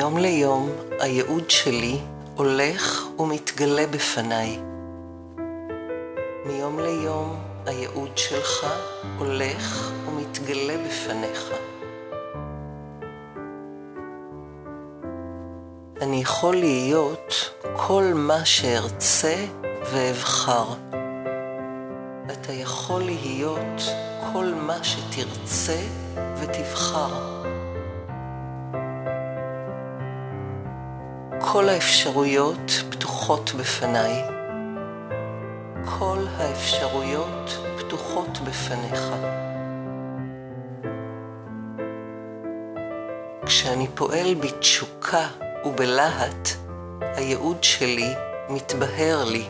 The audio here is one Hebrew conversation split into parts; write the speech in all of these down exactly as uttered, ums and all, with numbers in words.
מיום ליום הייעוד שלי הולך ומתגלה בפניי. מיום ליום הייעוד שלך הולך ומתגלה בפניך. אני יכול להיות כל מה שארצה ואבחר. אתה יכול להיות כל מה שתרצה ותבחר. כל האפשרויות פתוחות בפניי. כל האפשרויות פתוחות בפניך. כשאני פועל בתשוקה ובלהט, הייעוד שלי מתבהר לי.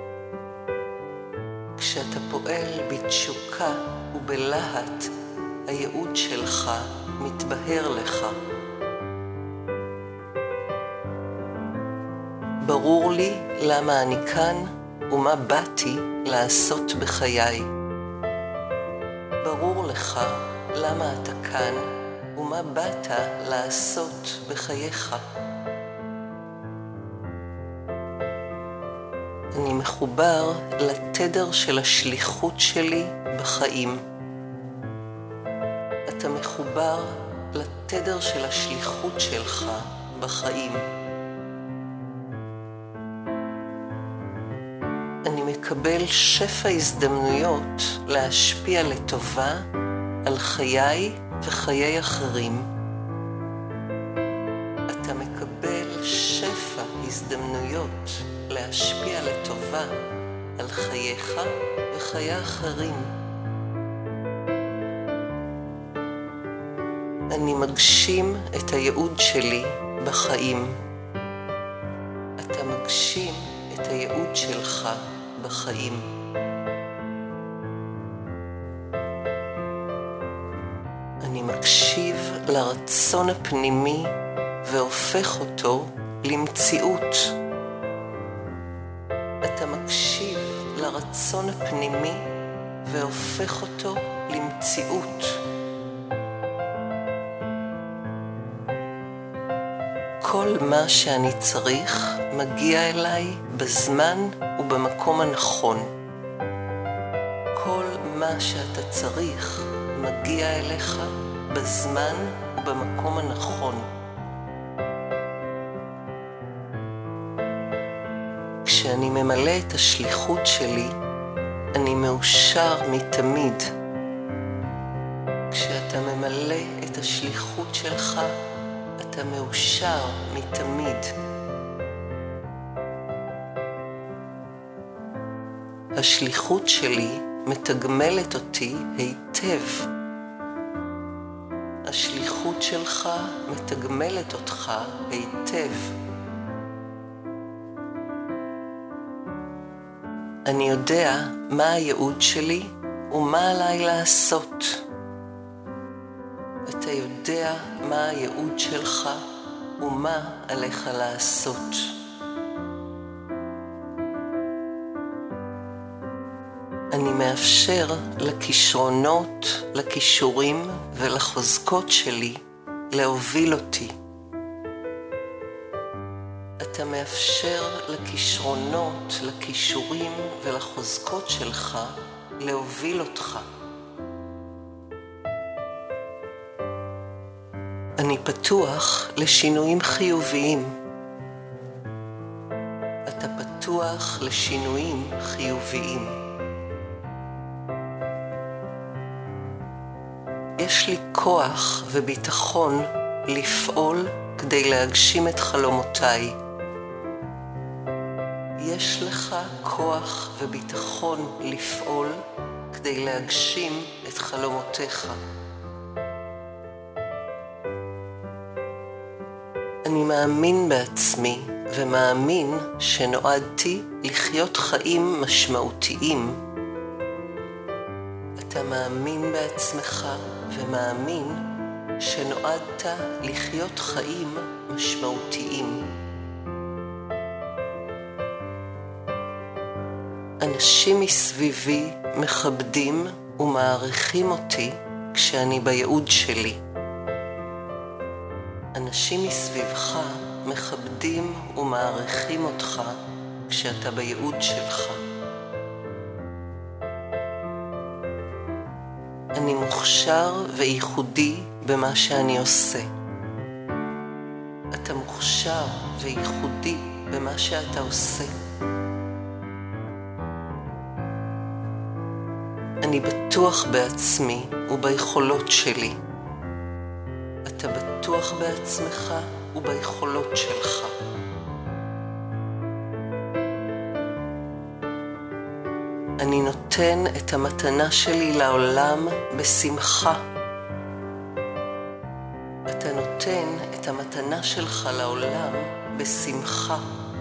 כשאתה פועל בתשוקה ובלהט, הייעוד שלך מתבהר לך. ברור לי למה אני כאן ומה באתי לעשות בחיי. ברור לך למה אתה כאן ומה באת לעשות בחייך. אני מחובר לתדר של השליחות שלי בחיים. אתה מחובר לתדר של השליחות שלך בחיים. אני מקבל שפע הזדמנויות להשפיע לטובה על חיי וחיי אחרים. אתה מקבל שפע הזדמנויות להשפיע לטובה על חייך וחיי אחרים. אני מגשים את הייעוד שלי בחיים. אתה מגשים את הייעוד שלך בחיים. אני מקשיב לרצון הפנימי והופך אותו למציאות. אתה מקשיב לרצון הפנימי והופך אותו למציאות. כל מה שאני צריך מגיע אליי בזמן ובמקום הנכון. כל מה שאתה צריך מגיע אליך בזמן ובמקום הנכון. כשאני ממלא את השליחות שלי, אני מאושר מתמיד. כשאתה ממלא את השליחות שלך, אתה מאושר מתמיד. השליחות שלי מתגמלת אותי היטב. השליחות שלך מתגמלת אותך היטב. אני יודע מה הייעוד שלי ומה עליי לעשות. אתה יודע מה הייעוד שלך ומה עליך לעשות. אני מאפשר לכישרונות, לכישורים ולחוזקות שלי להוביל אותי. אתה מאפשר לכישרונות, לכישורים ולחוזקות שלך להוביל אותך. אני פתוח לשינויים חיוביים. אתה פתוח לשינויים חיוביים. יש לי כוח וביטחון לפעול כדי להגשים את חלומותיי. יש לך כוח וביטחון לפעול כדי להגשים את חלומותיך. אני מאמין בעצמי ומאמין שנועדתי לחיות חיים משמעותיים. אתה מאמין בעצמך ומאמין שנועדת לחיות חיים משמעותיים. אנשים מסביבי מכבדים ומעריכים אותי כשאני בייעוד שלי. אנשים מסביבך מכבדים ומעריכים אותך כשאתה בייעוד שלך. אני מוכשר וייחודי במה שאני עושה. אתה מוכשר וייחודי במה שאתה עושה. אני בטוח בעצמי וביכולות שלי. אתה בטוח בעצמך וביכולות שלך. אני נותן את המתנה שלי לעולם בשמחה. אתה נותן את המתנה שלך לעולם בשמחה.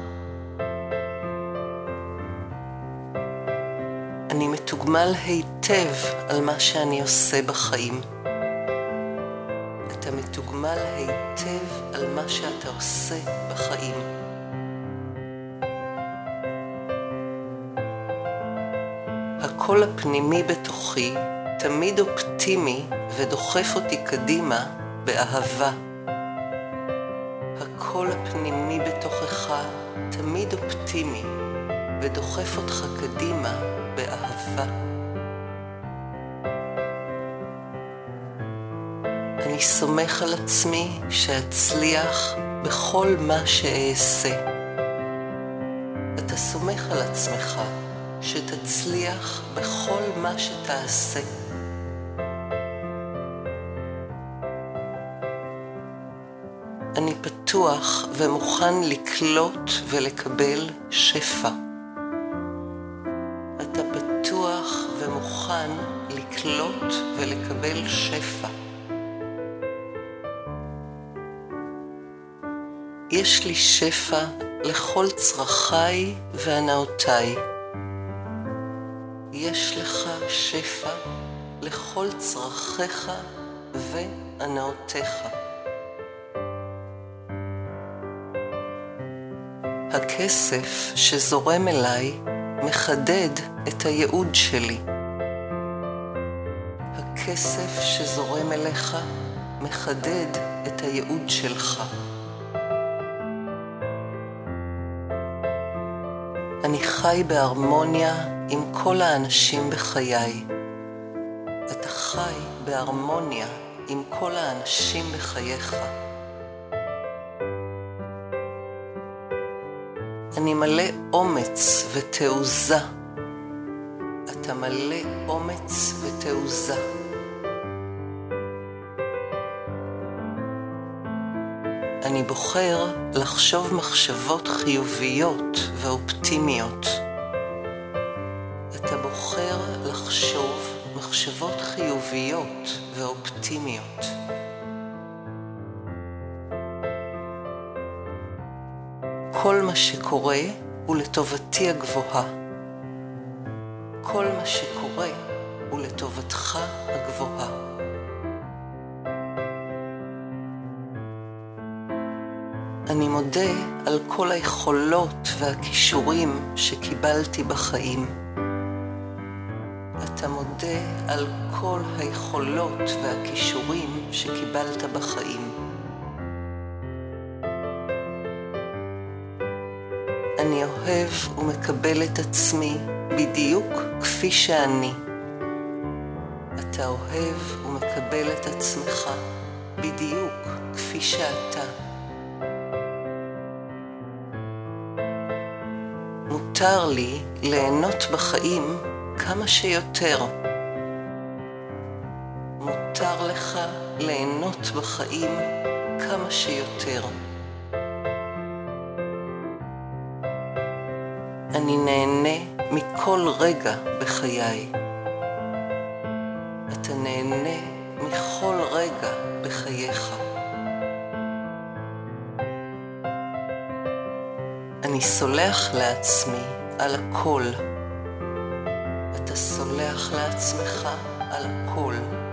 אני מתוגמל היטב על מה שאני עושה בחיים. אתה מתוגמל היטב על מה שאתה עושה בחיים. הקול הפנימי בתוכי תמיד אופטימי ודוחף אותי קדימה באהבה. הקול הפנימי בתוכך תמיד אופטימי ודוחף אותך קדימה באהבה. אני סומך על עצמי שאצליח בכל מה שאעשה. אתה סומך על עצמך שתצליח בכל מה שתעשה. אני פתוח ומוכן לקלוט ולקבל שפע. אתה פתוח ומוכן לקלוט ולקבל שפע. יש לי שפע לכל צרכיי והנאותיי. יש לך שפע לכל צרכיך והנאותיך. הכסף שזורם אליי מחדד את הייעוד שלי. הכסף שזורם אליך מחדד את הייעוד שלך. אני חי בהרמוניה עם כל האנשים בחיי. אתה חי בהרמוניה עם כל האנשים בחייך. אני מלא אומץ ותעוזה. אתה מלא אומץ ותעוזה. אני בוחר לחשוב מחשבות חיוביות ואופטימיות. אתה בוחר לחשוב מחשבות חיוביות ואופטימיות. כל מה שקורה הוא לטובתי הגבוהה. כל מה שקורה הוא לטובתך הגבוהה. אני מודה על כל היכולות והכישורים שקיבלתי בחיים. אתה מודה על כל היכולות והכישורים שקיבלת בחיים. אני אוהב ומקבל את עצמי בדיוק כפי שאני. אתה אוהב ומקבל את עצמך בדיוק כפי שאתה. מותר לי ליהנות בחיים כמה שיותר. מותר לך ליהנות בחיים כמה שיותר. אני נהנה מכל רגע בחיי. אתה נהנה מכל רגע בחייך. אני סולח לעצמי על הכל. אתה סולח לעצמך על הכל.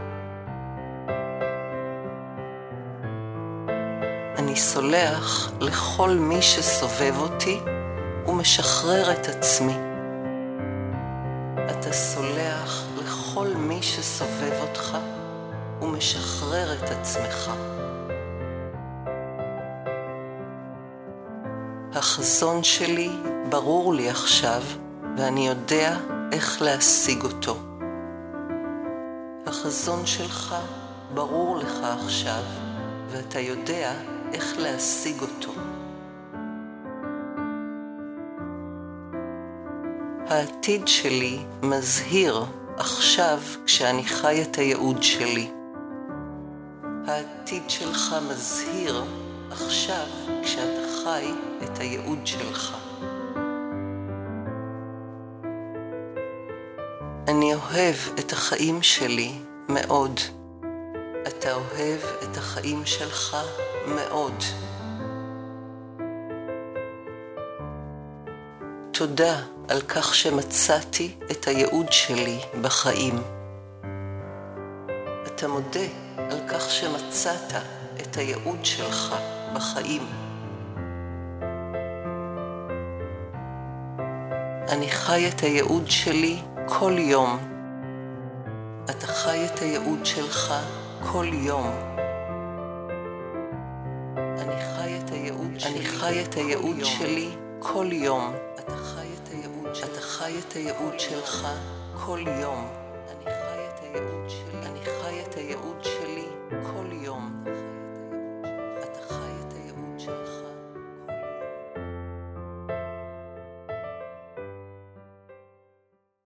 אני סולח לכל מי שסובב אותי ומשחרר את עצמי. אתה סולח לכל מי שסובב אותך ומשחרר את עצמך. החזון שלי ברור לי עכשיו, ואני יודע איך להשיג אותו. החזון שלך ברור לך עכשיו, ואתה יודע איך להשיג אותו. העתיד שלי מזהיר עכשיו כשאני חי את הייעוד שלי. העתיד שלך מזהיר עכשיו כשאתה חי את הייעוד שלך. אני אוהב את החיים שלי מאוד. אתה אוהב את החיים שלך מאוד. תודה על כך שמצאתי את הייעוד שלי בחיים. אתה מודה על כך שמצאת את הייעוד שלך בחיים. אני חי את הייעוד שלי כל יום. אתה חי את הייעוד שלך כל יום. אני חי את הייעוד שלי, אני חי את הייעוד שלי כל יום. אתה חי את הייעוד, אתה חי את הייעוד שלך כל יום. אני חי את הייעוד שלי.